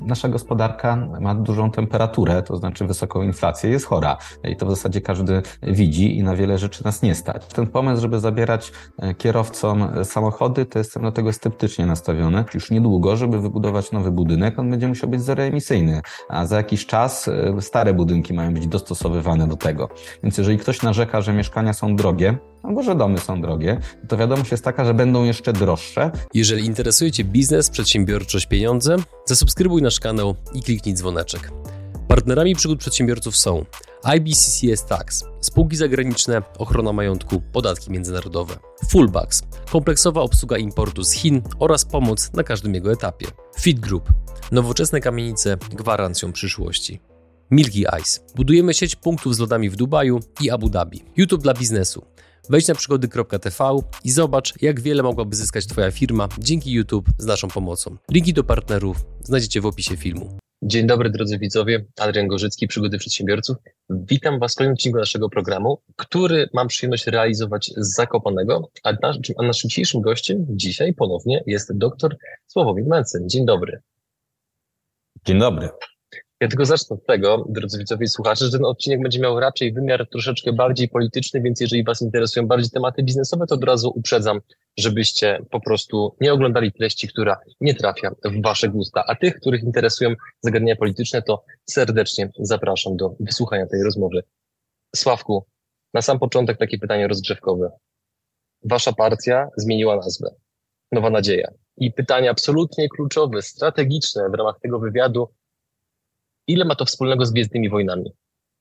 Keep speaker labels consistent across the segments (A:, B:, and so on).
A: Nasza gospodarka ma dużą temperaturę, to znaczy wysoką inflację, jest chora i to w zasadzie każdy widzi i na wiele rzeczy nas nie stać. Ten pomysł, żeby zabierać kierowcom samochody, to jestem do tego sceptycznie nastawiony. Już niedługo, żeby wybudować nowy budynek, on będzie musiał być zeroemisyjny, a za jakiś czas stare budynki mają być dostosowywane do tego. Więc jeżeli ktoś narzeka, że mieszkania są drogie, albo że domy są drogie, to wiadomość jest taka, że będą jeszcze droższe.
B: Jeżeli interesuje Cię biznes, przedsiębiorczość, pieniądze, zasubskrybuj nasz kanał i kliknij dzwoneczek. Partnerami przygód przedsiębiorców są IBCCS Tax, spółki zagraniczne, ochrona majątku, podatki międzynarodowe, Fullbacks, kompleksowa obsługa importu z Chin oraz pomoc na każdym jego etapie, Fit Group, nowoczesne kamienice gwarancją przyszłości. Milky Ice. Budujemy sieć punktów z lodami w Dubaju i Abu Dhabi. YouTube dla biznesu. Wejdź na przygody.tv i zobacz, jak wiele mogłaby zyskać Twoja firma dzięki YouTube z naszą pomocą. Linki do partnerów znajdziecie w opisie filmu.
C: Dzień dobry drodzy widzowie, Adrian Gorzycki, Przygody Przedsiębiorców. Witam Was w kolejnym odcinku naszego programu, który mam przyjemność realizować z Zakopanego, a naszym dzisiejszym gościem dzisiaj ponownie jest dr Sławomir Mencen. Dzień dobry.
A: Dzień dobry.
C: Ja tylko zacznę od tego, drodzy widzowie i słuchacze, że ten odcinek będzie miał raczej wymiar troszeczkę bardziej polityczny, więc jeżeli Was interesują bardziej tematy biznesowe, to od razu uprzedzam, żebyście po prostu nie oglądali treści, która nie trafia w Wasze gusta. A tych, których interesują zagadnienia polityczne, to serdecznie zapraszam do wysłuchania tej rozmowy. Sławku, na sam początek takie pytanie rozgrzewkowe. Wasza partia zmieniła nazwę. Nowa Nadzieja. I pytanie absolutnie kluczowe, strategiczne w ramach tego wywiadu. Ile ma to wspólnego z Gwiezdnymi Wojnami?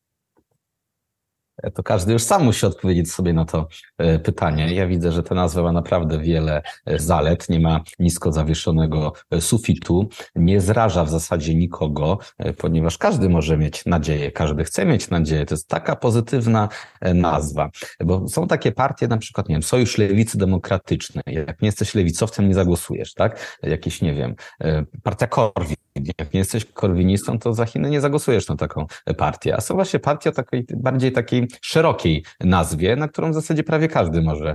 A: To każdy już sam musi odpowiedzieć sobie na to pytanie. Ja widzę, że ta nazwa ma naprawdę wiele zalet, nie ma nisko zawieszonego sufitu, nie zraża w zasadzie nikogo, ponieważ każdy może mieć nadzieję, każdy chce mieć nadzieję. To jest taka pozytywna nazwa, bo są takie partie, na przykład, nie wiem, Sojusz Lewicy Demokratycznej. Jak nie jesteś lewicowcem, nie zagłosujesz, tak? Jakieś, nie wiem, Partia Korwin. Jak nie jesteś korwinistą, to za Chiny nie zagłosujesz na taką partię. A są właśnie partie o takiej, bardziej takiej szerokiej nazwie, na którą w zasadzie prawie każdy może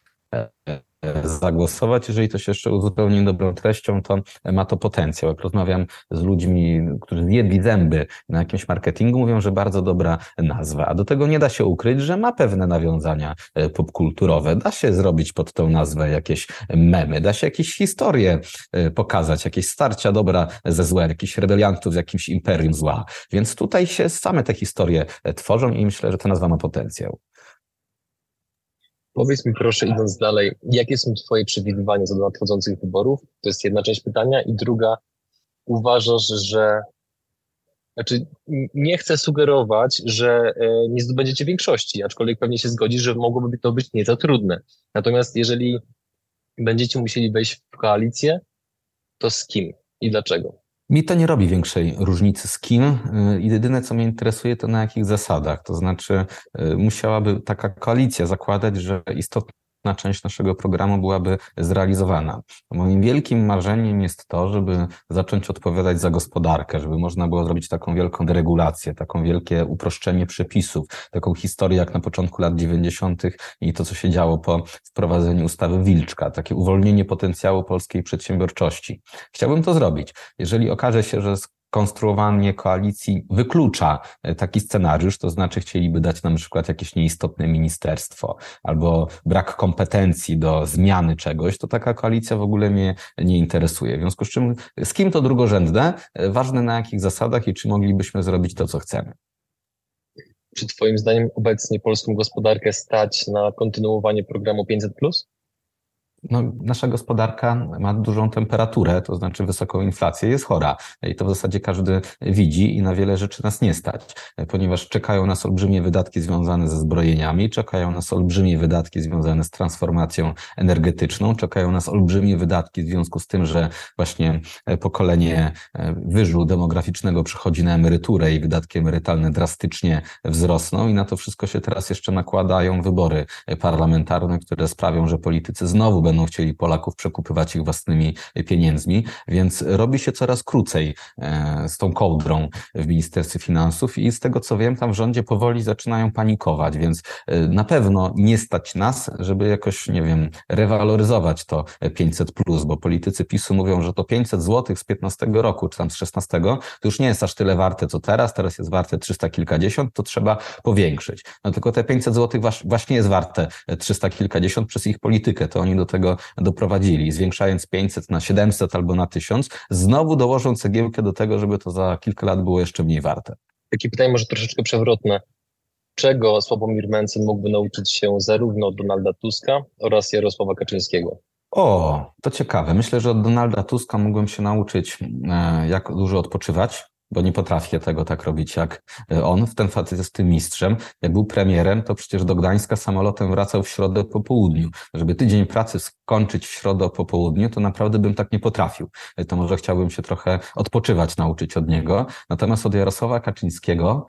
A: zagłosować. Jeżeli to się jeszcze uzupełni dobrą treścią, to ma to potencjał. Jak rozmawiam z ludźmi, którzy zjedli zęby na jakimś marketingu, mówią, że bardzo dobra nazwa. A do tego nie da się ukryć, że ma pewne nawiązania popkulturowe. Da się zrobić pod tą nazwę jakieś memy, da się jakieś historie pokazać, jakieś starcia dobra ze złem, jakichś rebeliantów z jakimś imperium zła. Więc tutaj się same te historie tworzą i myślę, że ta nazwa ma potencjał.
C: Powiedz mi proszę, idąc dalej, jakie są Twoje przewidywania co do nadchodzących wyborów? To jest jedna część pytania. I druga, uważasz, że... Znaczy, nie chcę sugerować, że nie zdobędziecie większości, aczkolwiek pewnie się zgodzisz, że mogłoby to być nieco trudne. Natomiast jeżeli będziecie musieli wejść w koalicję, to z kim i dlaczego?
A: Mi to nie robi większej różnicy z kim. Jedyne, co mnie interesuje, to na jakich zasadach. To znaczy, musiałaby taka koalicja zakładać, że istotna część naszego programu byłaby zrealizowana. Moim wielkim marzeniem jest to, żeby zacząć odpowiadać za gospodarkę, żeby można było zrobić taką wielką deregulację, taką wielkie uproszczenie przepisów, taką historię jak na początku lat 90. i to, co się działo po wprowadzeniu ustawy Wilczka, takie uwolnienie potencjału polskiej przedsiębiorczości. Chciałbym to zrobić. Jeżeli okaże się, że konstruowanie koalicji wyklucza taki scenariusz, to znaczy chcieliby dać nam na przykład jakieś nieistotne ministerstwo albo brak kompetencji do zmiany czegoś, to taka koalicja w ogóle mnie nie interesuje. W związku z czym z kim to drugorzędne, ważne na jakich zasadach i czy moglibyśmy zrobić to, co chcemy.
C: Czy Twoim zdaniem obecnie polską gospodarkę stać na kontynuowanie programu 500+?
A: No, nasza gospodarka ma dużą temperaturę, to znaczy wysoką inflację, jest chora i to w zasadzie każdy widzi i na wiele rzeczy nas nie stać, ponieważ czekają nas olbrzymie wydatki związane ze zbrojeniami, czekają nas olbrzymie wydatki związane z transformacją energetyczną, czekają nas olbrzymie wydatki w związku z tym, że właśnie pokolenie wyżu demograficznego przychodzi na emeryturę i wydatki emerytalne drastycznie wzrosną i na to wszystko się teraz jeszcze nakładają wybory parlamentarne, które sprawią, że politycy znowu będą będą chcieli Polaków przekupywać ich własnymi pieniędzmi, więc robi się coraz krócej z tą kołdrą w Ministerstwie Finansów i z tego co wiem, tam w rządzie powoli zaczynają panikować, więc na pewno nie stać nas, żeby jakoś, nie wiem, rewaloryzować to 500+, bo politycy PiS-u mówią, że to 500 zł z 15 roku, czy tam z 16, to już nie jest aż tyle warte co teraz jest warte 300 kilkadziesiąt, to trzeba powiększyć. No tylko te 500 zł właśnie jest warte 300 kilkadziesiąt przez ich politykę, to oni do tego doprowadzili, zwiększając 500 na 700 albo na 1000, znowu dołożą cegiełkę do tego, żeby to za kilka lat było jeszcze mniej warte.
C: Takie pytanie może troszeczkę przewrotne. Czego Sławomir Mencen mógłby nauczyć się zarówno od Donalda Tuska oraz Jarosława Kaczyńskiego?
A: O, to ciekawe. Myślę, że od Donalda Tuska mógłbym się nauczyć, jak dużo odpoczywać, bo nie potrafię tego tak robić jak on. Ten facet jest tym mistrzem. Jak był premierem, to przecież do Gdańska samolotem wracał w środę po południu. Żeby tydzień pracy skończyć w środę po południu, to naprawdę bym tak nie potrafił. To może chciałbym się trochę odpoczywać nauczyć od niego. Natomiast od Jarosława Kaczyńskiego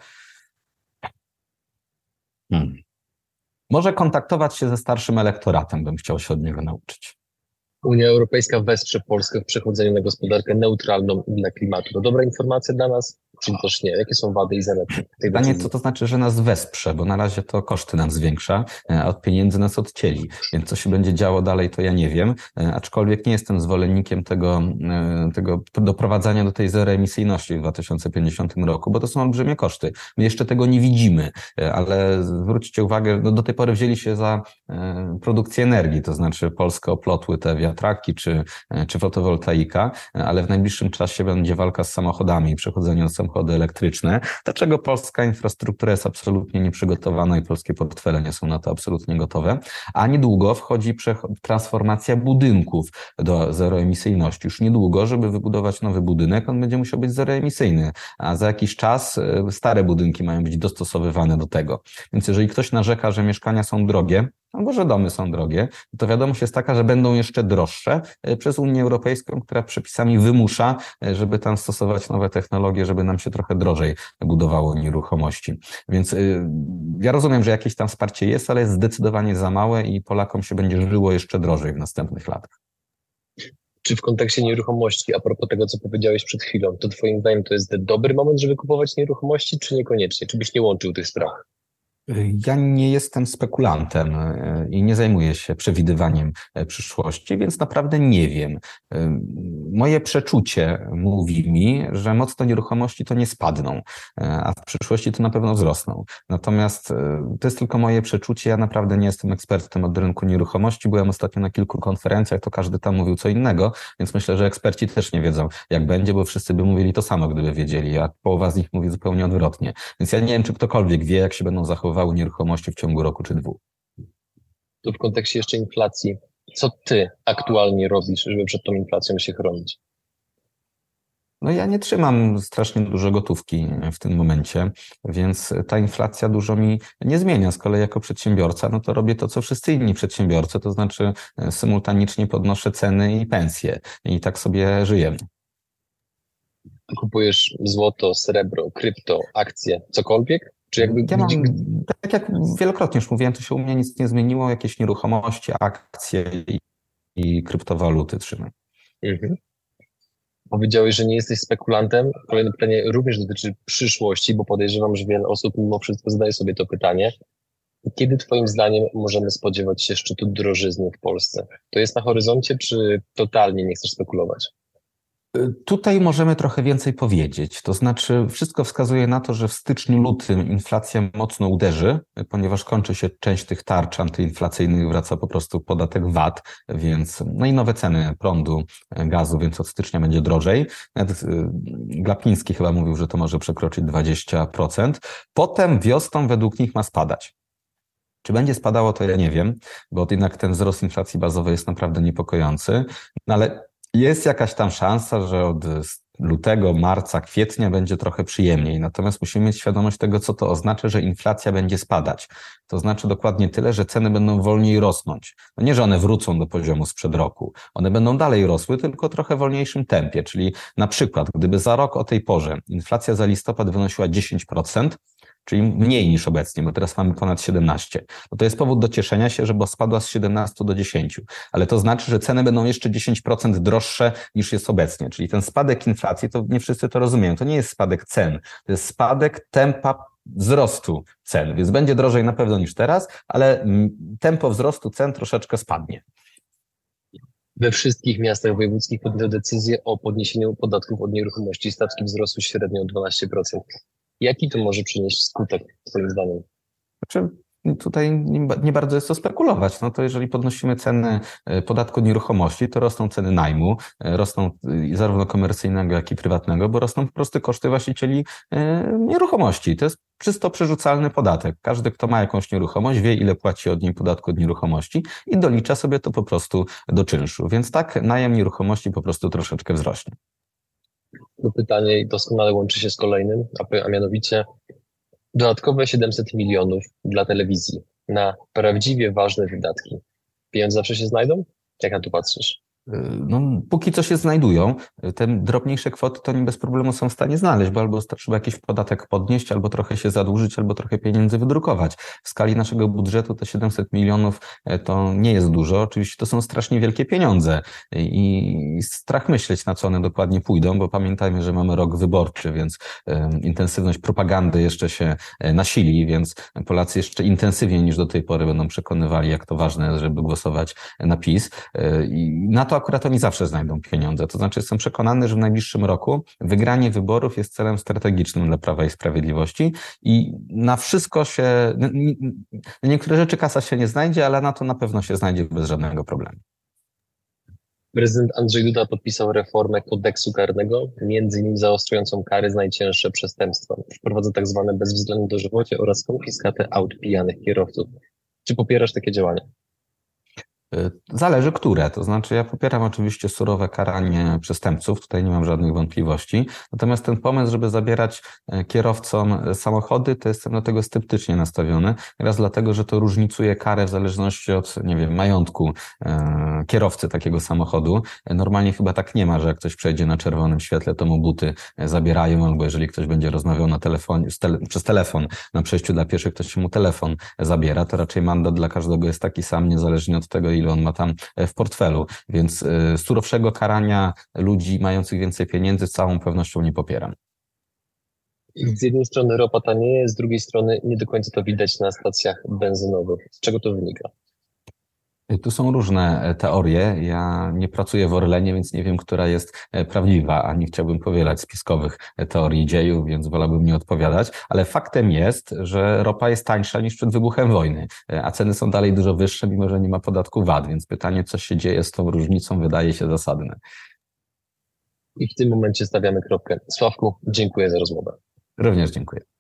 A: może kontaktować się ze starszym elektoratem, bym chciał się od niego nauczyć.
C: Unia Europejska wesprze Polskę w przechodzeniu na gospodarkę neutralną dla klimatu. To dobra informacja dla nas, czy też nie? Jakie są wady i zalety tej
A: Pytanie,
C: decyzji?
A: co to znaczy, że nas wesprze, bo na razie to koszty nam zwiększa, a od pieniędzy nas odcięli. Więc co się będzie działo dalej, to ja nie wiem, aczkolwiek nie jestem zwolennikiem tego doprowadzania do tej zeroemisyjności w 2050 roku, bo to są olbrzymie koszty. My jeszcze tego nie widzimy, ale zwróćcie uwagę, no do tej pory wzięli się za produkcję energii, to znaczy Polskę oplotły te wiatraki czy fotowoltaika, ale w najbliższym czasie będzie walka z samochodami i przechodzenie na samochody elektryczne, dlaczego polska infrastruktura jest absolutnie nieprzygotowana i polskie portfele nie są na to absolutnie gotowe, a niedługo wchodzi transformacja budynków do zeroemisyjności. Już niedługo, żeby wybudować nowy budynek, on będzie musiał być zeroemisyjny, a za jakiś czas stare budynki mają być dostosowywane do tego. Więc jeżeli ktoś narzeka, że mieszkania są drogie, albo że domy są drogie, to wiadomość jest taka, że będą jeszcze droższe przez Unię Europejską, która przepisami wymusza, żeby tam stosować nowe technologie, żeby nam się trochę drożej budowało nieruchomości. Więc ja rozumiem, że jakieś tam wsparcie jest, ale jest zdecydowanie za małe i Polakom się będzie żyło jeszcze drożej w następnych latach.
C: Czy w kontekście nieruchomości, a propos tego, co powiedziałeś przed chwilą, to twoim zdaniem to jest dobry moment, żeby kupować nieruchomości, czy niekoniecznie? Czy byś nie łączył tych spraw?
A: Ja nie jestem spekulantem i nie zajmuję się przewidywaniem przyszłości, więc naprawdę nie wiem. Moje przeczucie mówi mi, że mocno nieruchomości to nie spadną, a w przyszłości to na pewno wzrosną. Natomiast to jest tylko moje przeczucie, ja naprawdę nie jestem ekspertem od rynku nieruchomości, byłem ostatnio na kilku konferencjach, to każdy tam mówił co innego, więc myślę, że eksperci też nie wiedzą jak będzie, bo wszyscy by mówili to samo, gdyby wiedzieli, a połowa z nich mówi zupełnie odwrotnie. Więc ja nie wiem, czy ktokolwiek wie, jak się będą zachowywały nieruchomości w ciągu roku czy dwóch.
C: To w kontekście jeszcze inflacji, co ty aktualnie robisz, żeby przed tą inflacją się chronić?
A: No ja nie trzymam strasznie dużo gotówki w tym momencie, więc ta inflacja dużo mi nie zmienia. Z kolei jako przedsiębiorca, no to robię to, co wszyscy inni przedsiębiorcy, to znaczy symultanicznie podnoszę ceny i pensje i tak sobie żyjemy.
C: Kupujesz złoto, srebro, krypto, akcje, cokolwiek? Czy jakby...
A: Ja mam, tak jak wielokrotnie już mówiłem, to się u mnie nic nie zmieniło, jakieś nieruchomości, akcje i kryptowaluty trzymam.
C: Mhm. Powiedziałeś, że nie jesteś spekulantem. Kolejne pytanie również dotyczy przyszłości, bo podejrzewam, że wiele osób mimo wszystko zadaje sobie to pytanie. Kiedy twoim zdaniem możemy spodziewać się szczytu drożyzny w Polsce? To jest na horyzoncie, czy totalnie nie chcesz spekulować?
A: Tutaj możemy trochę więcej powiedzieć, to znaczy wszystko wskazuje na to, że w styczniu, lutym inflacja mocno uderzy, ponieważ kończy się część tych tarcz antyinflacyjnych, wraca po prostu podatek VAT, więc no i nowe ceny prądu, gazu, więc od stycznia będzie drożej. Nawet Glapiński chyba mówił, że to może przekroczyć 20%. Potem wiosną według nich ma spadać. Czy będzie spadało, to ja nie wiem, bo jednak ten wzrost inflacji bazowej jest naprawdę niepokojący, no ale jest jakaś tam szansa, że od lutego, marca, kwietnia będzie trochę przyjemniej. Natomiast musimy mieć świadomość tego, co to oznacza, że inflacja będzie spadać. To znaczy dokładnie tyle, że ceny będą wolniej rosnąć. No nie, że one wrócą do poziomu sprzed roku. One będą dalej rosły, tylko trochę wolniejszym tempie. Czyli na przykład, gdyby za rok o tej porze inflacja za listopad wynosiła 10%, czyli mniej niż obecnie, bo teraz mamy ponad 17. No to jest powód do cieszenia się, bo spadła z 17 do 10, ale to znaczy, że ceny będą jeszcze 10% droższe niż jest obecnie, czyli ten spadek inflacji, to nie wszyscy to rozumieją, to nie jest spadek cen, to jest spadek tempa wzrostu cen, więc będzie drożej na pewno niż teraz, ale tempo wzrostu cen troszeczkę spadnie.
C: We wszystkich miastach wojewódzkich podjęto decyzję o podniesieniu podatków od nieruchomości. Stawki wzrosły średnio o 12%. Jaki to może przynieść skutek, twoim zdaniem?
A: Znaczy, tutaj nie bardzo jest co spekulować. No to jeżeli podnosimy ceny podatku od nieruchomości, to rosną ceny najmu, rosną zarówno komercyjnego, jak i prywatnego, bo rosną po prostu koszty właścicieli nieruchomości. To jest czysto przerzucalny podatek. Każdy, kto ma jakąś nieruchomość, wie, ile płaci od niej podatku od nieruchomości i dolicza sobie to po prostu do czynszu. Więc tak, najem nieruchomości po prostu troszeczkę wzrośnie.
C: To pytanie doskonale łączy się z kolejnym, a mianowicie dodatkowe 700 milionów dla telewizji na prawdziwie ważne wydatki. Pieniądze zawsze się znajdą? Jak na to patrzysz?
A: No, póki co się znajdują. Te drobniejsze kwoty to oni bez problemu są w stanie znaleźć, bo albo trzeba jakiś podatek podnieść, albo trochę się zadłużyć, albo trochę pieniędzy wydrukować. W skali naszego budżetu te 700 milionów to nie jest dużo. Oczywiście to są strasznie wielkie pieniądze i strach myśleć, na co one dokładnie pójdą, bo pamiętajmy, że mamy rok wyborczy, więc intensywność propagandy jeszcze się nasili, więc Polacy jeszcze intensywniej niż do tej pory będą przekonywali, jak to ważne jest, żeby głosować na PiS. I na to akurat oni zawsze znajdą pieniądze. To znaczy jestem przekonany, że w najbliższym roku wygranie wyborów jest celem strategicznym dla Prawa i Sprawiedliwości i na wszystko się, na niektóre rzeczy kasa się nie znajdzie, ale na to na pewno się znajdzie bez żadnego problemu.
C: Prezydent Andrzej Duda podpisał reformę kodeksu karnego, między innymi zaostrzującą kary za najcięższe przestępstwa. Wprowadza tak zwane bezwzględne dożywocie oraz konfiskatę aut pijanych kierowców. Czy popierasz takie działania?
A: Zależy które, to znaczy ja popieram oczywiście surowe karanie przestępców, tutaj nie mam żadnych wątpliwości, natomiast ten pomysł, żeby zabierać kierowcom samochody, to jestem do tego sceptycznie nastawiony, raz dlatego, że to różnicuje karę w zależności od, nie wiem, majątku kierowcy takiego samochodu. Normalnie chyba tak nie ma, że jak ktoś przejdzie na czerwonym świetle, to mu buty zabierają, albo jeżeli ktoś będzie rozmawiał na telefonie, przez telefon na przejściu dla pieszych, to się mu telefon zabiera, to raczej mandat dla każdego jest taki sam, niezależnie od tego, ile on ma tam w portfelu, więc surowszego karania ludzi mających więcej pieniędzy z całą pewnością nie popieram.
C: Z jednej strony ropa tanieje, z drugiej strony nie do końca to widać na stacjach benzynowych. Z czego to wynika?
A: Tu są różne teorie. Ja nie pracuję w Orlenie, więc nie wiem, która jest prawdziwa, a nie chciałbym powielać spiskowych teorii dziejów, więc wolałbym nie odpowiadać. Ale faktem jest, że ropa jest tańsza niż przed wybuchem wojny, a ceny są dalej dużo wyższe, mimo że nie ma podatku VAT, więc pytanie, co się dzieje z tą różnicą, wydaje się zasadne.
C: I w tym momencie stawiamy kropkę. Sławku, dziękuję za rozmowę.
A: Również dziękuję.